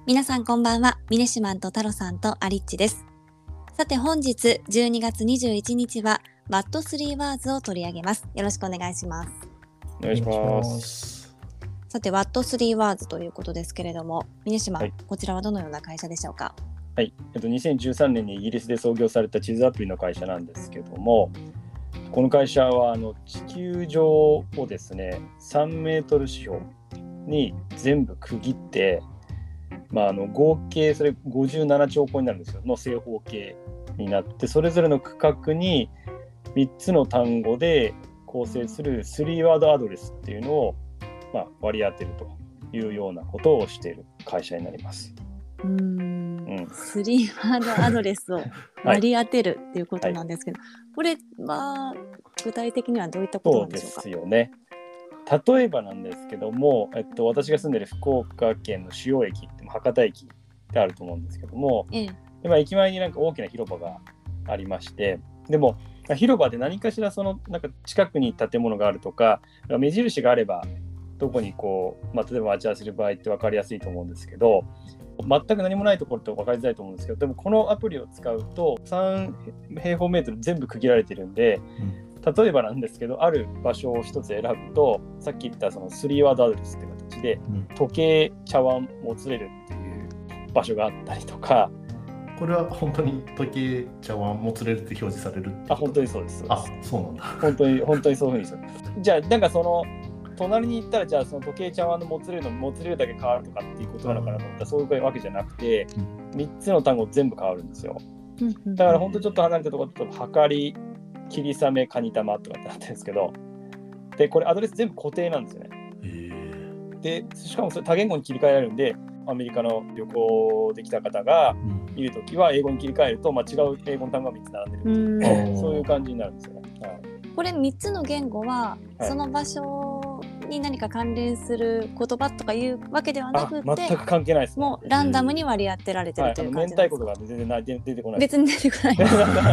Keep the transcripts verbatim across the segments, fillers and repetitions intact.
皆さんこんばんは。ミネシマンとタロさんとアリッチです。さて本日じゅうにがつにじゅういちにちは ワットスリー ワーズを取り上げます。よろしくお願いします。 お願いします。 さて ワットスリー ワーズということですけれども、ミネシマン、 はい、 こちらはどのような会社でしょうか？ はい、えっと、にせんじゅうさんねんにイギリスで創業された地図アプリの会社なんですけども、この会社はあの地球上をですねさんメートル指標に全部区切って、まあ、あの合計それごじゅうななちょうこになるんですよの正方形になって、それぞれの区画にみっつの単語で構成するスリーワードアドレスっていうのを、まあ、割り当てるというようなことをしている会社になります。 うーん、うん、スリーワードアドレスを割り当てるっていうことなんですけど、はいはい、これは具体的にはどういったことなんでしょうか？ そうですよね。例えばなんですけども、えっと、私が住んでいる福岡県の主要駅って博多駅ってあると思うんですけども、ええ、でまあ、駅前になんか大きな広場がありまして、でも広場で何かしらそのなんか近くに建物があるとか目印があればどこにこう、まあ、例えば待ち合わせする場合って分かりやすいと思うんですけど、全く何もないところって分かりづらいと思うんですけど、でもこのアプリを使うとさん平方メートル全部区切られてるんで、うん、例えばなんですけどある場所を一つ選ぶとさっき言ったそのスリーワードアドレスっていう形で、うん、時計茶碗もつれるっていう場所があったりとか。 これは本当に時計茶碗もつれるって表示されるってこと？ あ、本当にそうです。そうです。 あ、そうなんだ。 本当に本当にそういうふうにする。じゃあなんかその隣に行ったらじゃあその時計茶碗のもつれるのもつれるだけ変わるとかっていうことなのかなと思ったらそういうわけじゃなくて、うん、みっつの単語全部変わるんですよ。だから本当ちょっと離れたところだとはかり、霧雨、カニ玉とかってなってるんですけど、でこれアドレス全部固定なんですよね。でしかもそれ多言語に切り替えられるんで、アメリカの旅行できた方が見るときは英語に切り替えると、まあ、違う英語の単語がみっつ並んでるっていう、そういう感じになるんですよね。はい、 これみっつの言語は、はい、その場所に何か関連する言葉とかいうわけではなくて、 全く関係ないです、ね、 もうランダムに割り当てられてるという感じなんですか？ はい、明太子とか全然ない出てこない。 別に出てこない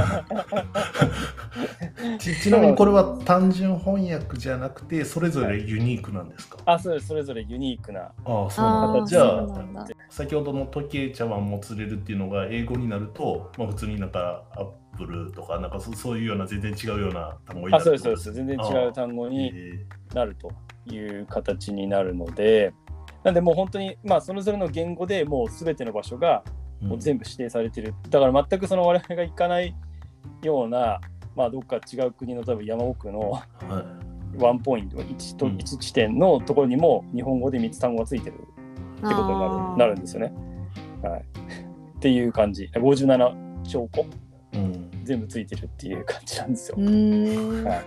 ち, ちなみにこれは単純翻訳じゃなくてそれぞれユニークなんですか？ はい、あ、そうです。それぞれユニークな。 ああ、そうなんだ。じゃあ先ほどの時計茶碗もつれるっていうのが英語になると、まあ、普通になんかアップルとかなんか そ, そういうような全然違うような単語になる。 あ、そうですそうです。全然違う単語になるという形になるので、なんでもう本当にまあそれぞれの言語でもう全ての場所がもう全部指定されてる、うん、だから全くその我々が行かないような、まあ、どっか違う国の多分山奥のワンポイント 1, といち地点のところにも日本語でみっつ単語がついてるってことにな る, なるんですよね。はい、っていう感じ。ごじゅうななちょうこ、うん、全部ついてるっていう感じなんですよ。うーん、はい、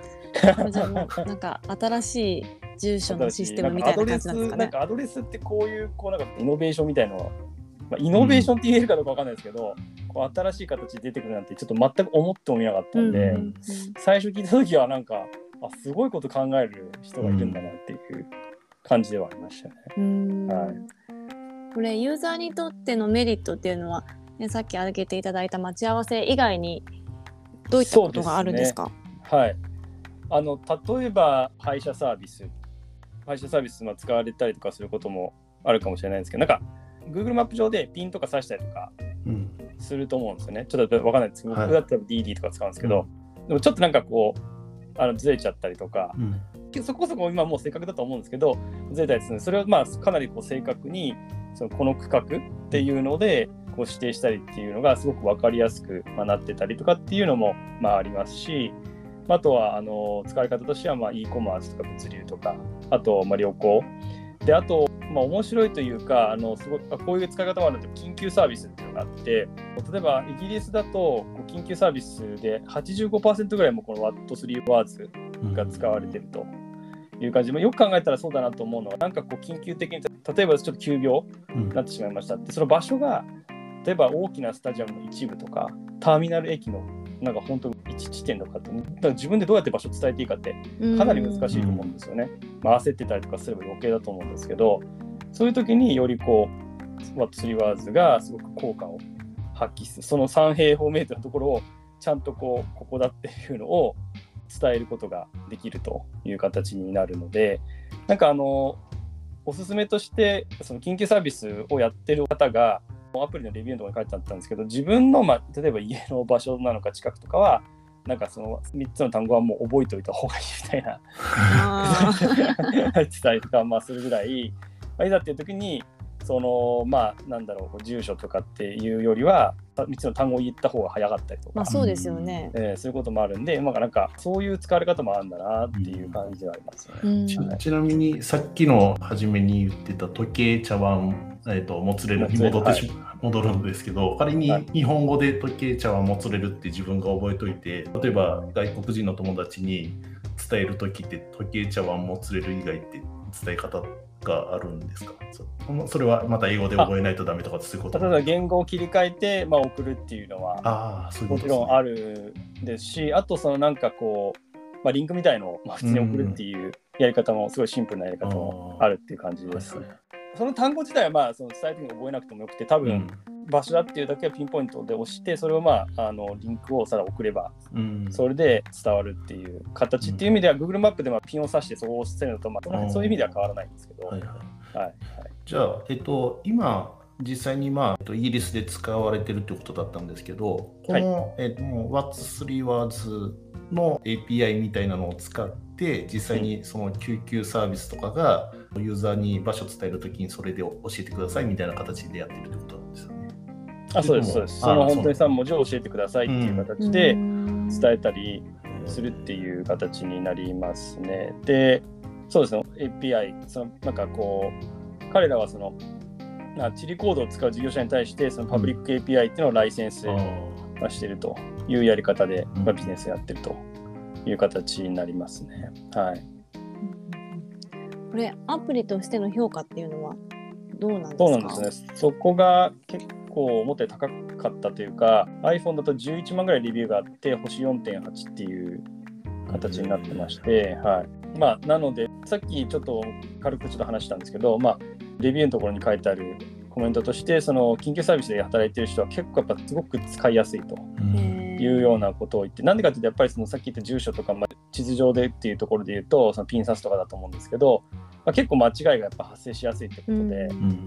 じゃあもうなんか新しい住所のシステムみたいな感じなんですかね。 なんかアドレスってこういうこうなんかイノベーションみたいなのは、まあ、イノベーションって言えるかどうかわかんないですけど、うん、こう新しい形で出てくるなんてちょっと全く思ってもみなかったんで、うんうんうん、最初聞いた時はなんかあすごいこと考える人がいるんだなっていう感じではありましたね。 うん、はい、これユーザーにとってのメリットっていうのは、ね、さっき挙げていただいた待ち合わせ以外にどういったことがあるんですか？ ですね、はい、あの例えば配車サービス配車サービスが使われたりとかすることもあるかもしれないんですけど、なんか Google マップ上でピンとか刺したりとかすると思うんですよね。うん、ちょっと分かんないですけど、僕だったら ディーディー とか使うんですけど、うん、でもちょっとなんかこうあのずれちゃったりとか、うん、そこそこ今もう正確だと思うんですけどずれたりするので、それをまあかなりこう正確にそのこの区画っていうのでこう指定したりっていうのがすごく分かりやすくなってたりとかっていうのもまあありますし、あとはあの使われ方としてはまあ e コマースとか物流とか、あとまあ旅行で、あとまあ面白いというか、あのすごいこういう使い方もあると緊急サービスっていうのがあって、例えばイギリスだと緊急サービスで はちじゅうごパーセント ぐらいもこの ワットスリー ワーズが使われているという感じで、よく考えたらそうだなと思うのは、なんかこう緊急的に例えばちょっと急病になってしまいましたって、その場所が例えば大きなスタジアムの一部とかターミナル駅のなんか本当一地点とかって、だから自分でどうやって場所を伝えていいかってかなり難しいと思うんですよね。まあ、焦ってたりとかすれば余計だと思うんですけど、そういう時によりこう ワットスリー ワーズがすごく効果を発揮する、そのさん平方メートルのところをちゃんとこうここだっていうのを伝えることができるという形になるので、なんかあのおすすめとしてその緊急サービスをやってる方がアプリのレビューのところに書いてあったんですけど、自分の、まあ、例えば家の場所なのか近くとかはなんかそのみっつの単語はもう覚えておいた方がいいみたいな入ってたりとか、まあ、するぐらい、まあ、いざっていう時にそのまあなんだろう住所とかっていうよりはみっつの単語を言った方が早かったりとか、 まあそうですよね、 えー、そういうこともあるんで、まあ、なんかそういう使われ方もあるんだなっていう感じではありますね、 うん、ち, ちなみにさっきの初めに言ってた時計茶碗、えー、ともつれるに戻ってし、はい、戻るんですけど、仮に日本語で時計茶碗もつれるって自分が覚えといて、例えば外国人の友達に伝えるときって時計茶碗もつれる以外って伝え方があるんですか？ そ, それはまた英語で覚えないとダメとかそういうこと？ 例えば言語を切り替えて、まあ、送るっていうのはあそういうこともちろんあるですし、あとそのなんかこう、まあ、リンクみたいのを普通に送るっていうやり方もすごいシンプルなやり方もあるっていう感じです。その単語自体はまあその伝える時に覚えなくてもよくて、多分場所だっていうだけはピンポイントで押して、それをまああのリンクをさら送ればそれで伝わるっていう形っていう意味では、うん、Google マップでまあピンを刺してそこを押せるのと、まあ、そういう意味では変わらないんですけど、はいはいはいはい、 じゃあ、えっと、今実際に、まあ、イギリスで使われてるってことだったんですけど、この、はいえっと、ワッツスリーワーズ の エーピーアイ みたいなのを使って実際にその救急サービスとかがユーザーに場所を伝えるときにそれで教えてくださいみたいな形でやってるってことなんですよね。 あ、そうですそうです。その本当にさん文字を教えてくださいっていう形で伝えたりするっていう形になりますね。で、そうですね。エーピーアイ そのなんかこう彼らはその地理コードを使う事業者に対してそのパブリック エーピーアイ っていうのをライセンスしているというやり方で、まあ、ビジネスやってるという形になりますね。はい。 これアプリとしての評価っていうのはどうなんですか？ そうなんですね。そこが結構思ったより高かったというか、 iPhone だとじゅういちまんぐらいレビューがあって星 よんてんはち っていう形になってまして、はい。まあなのでさっきちょっと軽くちょっと話したんですけど、まあレビューのところに書いてあるコメントとして、その緊急サービスで働いている人は結構やっぱすごく使いやすいというようなことを言って、なんでかというとやっぱりそのさっき言った住所とか、まあ、地図上でっていうところで言うとそのピン刺すとかだと思うんですけど、まあ、結構間違いがやっぱ発生しやすいってことで、うん、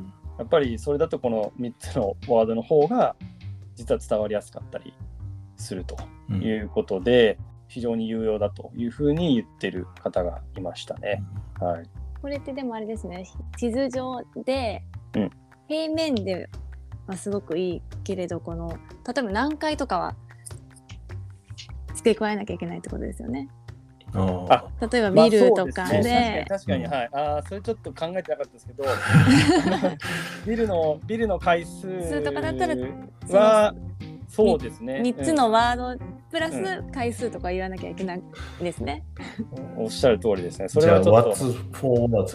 やっぱりそれだとこのみっつのワードの方が実は伝わりやすかったりするということで、うん、非常に有用だというふうに言ってる方がいましたね。はい。 これってでもあれですね、地図上で、うん、平面ではすごくいいけれど、この例えば南海とかは付け加えなきゃいけないってことですよね。あ、例えばビルとかで、まあ、 ね、確かに、確かに、はい、あ、それちょっと考えてなかったですけどビルのビルの回数とかだったらはそうですね、 みっつのワードプラス回数とか言わなきゃいけないですね、 うん、おっしゃる通りですね。それはちょっと What's for What's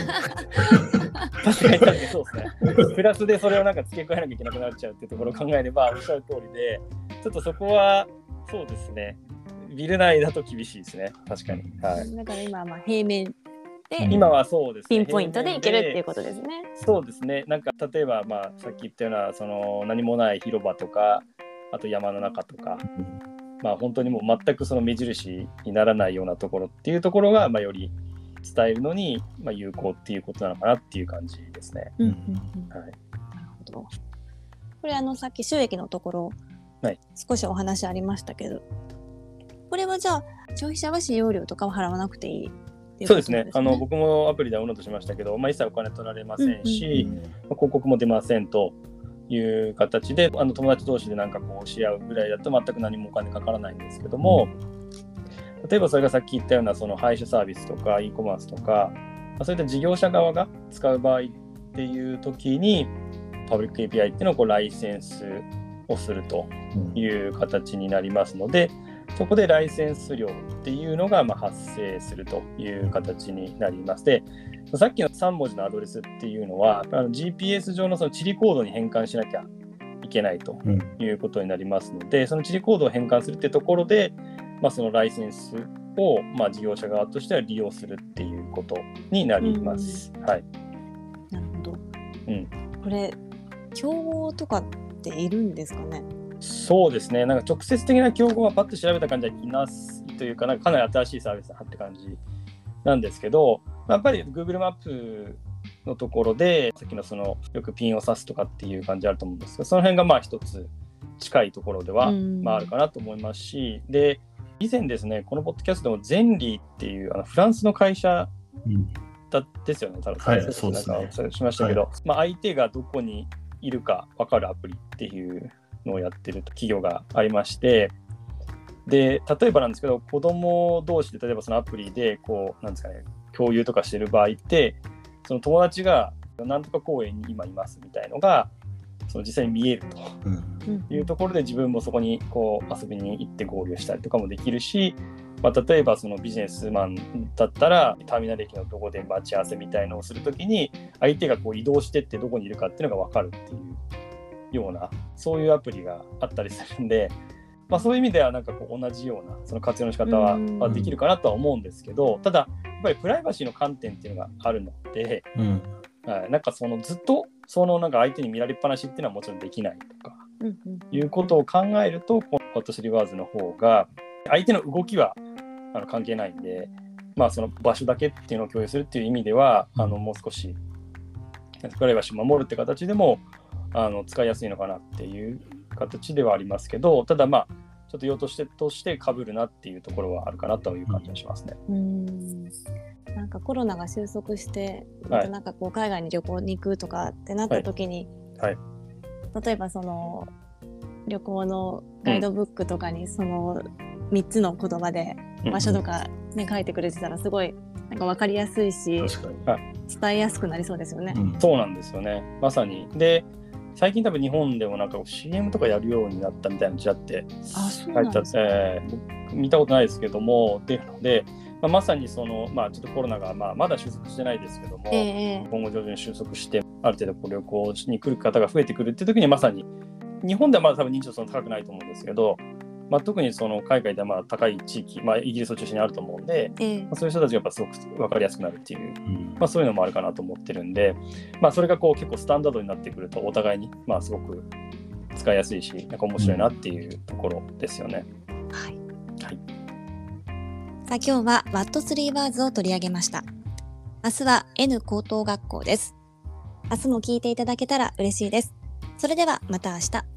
確かに確かにそうですね。プラスでそれをなんか付け加えなきゃいけなくなっちゃうっていうところを考えればおっしゃる通りで、ちょっとそこはそうですね、ビル内だと厳しいですね。確かに、はい、 だから今はまあ平面で今はそうですね、 ピンポイントでいけるっていうことですね。 そうですね。なんか例えば、まあ、さっき言ったようなその何もない広場とか、あと山の中とか、まあ、本当にもう全くその目印にならないようなところっていうところが、まあ、より伝えるのに、まあ、有効っていうことなのかなっていう感じですね。うんうんうん、はい、なるほど。これあのさっき収益のところ、はい、少しお話ありましたけど、これはじゃあ消費者は使用料とかは払わなくていい？ そうですね。あの僕もアプリでダウンロードしましたけど、まあ、一切お金取られませんし、うんうんうん、まあ、広告も出ませんという形で、あの友達同士でなんかこうし合うぐらいだと全く何もお金かからないんですけども、例えばそれがさっき言ったようなその配車サービスとか e コマースとか、まあ、そういった事業者側が使う場合っていう時にパブリック エーピーアイ っていうのをこうライセンスをするという形になりますので、そこでライセンス料っていうのがまあ発生するという形になります。で、さっきのさん文字のアドレスっていうのはあの ジーピーエス 上のその地理コードに変換しなきゃいけないということになりますので、うん、その地理コードを変換するってところで、まあ、そのライセンスをまあ事業者側としては利用するっていうことになります。うん、はい。 なるほど。うん。これ競合とかっているんですかね？ そうですね。なんか直接的な競合はパッと調べた感じはいないというか、なんかかなり新しいサービスだなって感じなんですけど、やっぱり Google マップのところで、さっきのそのよくピンを刺すとかっていう感じあると思うんですけど、その辺がまあ一つ近いところでは、まあ、あるかなと思いますし、で以前ですね、このポッドキャストでもゼンリーっていうあのフランスの会社だですよね、多分はい、そうですね。 なんかしましたけど、はい、まあ、相手がどこにいるか分かるアプリっていうのをやってる企業がありまして、で例えばなんですけど、子供同士で例えばそのアプリでこうなんですかね、共有とかしてる場合って、その友達がなんとか公園に今いますみたいのがその実際に見えるというところで、自分もそこにこう遊びに行って合流したりとかもできるし、まあ、例えばそのビジネスマンだったらターミナル駅のどこで待ち合わせみたいのをするときに、相手がこう移動してってどこにいるかっていうのが分かるっていうような、そういうアプリがあったりするんで、まあ、そういう意味ではなんかこう同じようなその活用の仕方はできるかなとは思うんですけど、ただやっぱりプライバシーの観点っていうのがあるので、うんはい、なんかそのずっとそのなんか相手に見られっぱなしっていうのはもちろんできないとか、うんうん、いうことを考えると、このワットスリーワーズの方が相手の動きはあの関係ないんで、まあ、その場所だけっていうのを共有するっていう意味では、あのもう少しプライバシーを守るって形でもあの使いやすいのかなっていう形ではありますけど、ただまあちょっと用途してとして被るなっていうところはあるかなという感じがしますね。 うーん、なんかコロナが収束してまたなんかこう海外に旅行に行くとかってなった時に、はいはい、例えばその旅行のガイドブックとかにそのみっつの言葉で場所とか、ね、書いてくれてたらすごいなんか分かりやすいし、伝えやすくなりそうですよね、 うん、そうなんですよね、まさに。で最近多分日本でもなんか シーエム とかやるようになったみたいなちらって書いてあって、えー、見たことないですけどもっていうので、まあ、まさにその、まあ、ちょっとコロナが、まあ、まだ収束してないですけども、えー、今後徐々に収束してある程度こう旅行に来る方が増えてくるっていう時に、まさに日本ではまだ多分認知度そんな高くないと思うんですけど、まあ、特にその海外ではまあ高い地域、まあ、イギリスを中心にあると思うんで、えーまあ、そういう人たちがやっぱすごく分かりやすくなるっていう、うんまあ、そういうのもあるかなと思ってるんで、まあ、それがこう結構スタンダードになってくるとお互いにまあすごく使いやすいし、なんか面白いなっていうところですよね、うんはいはい、 さあ今日は ワットスリーワーズ を取り上げました。明日は N 高等学校です。明日も聞いていただけたら嬉しいです。それではまた明日。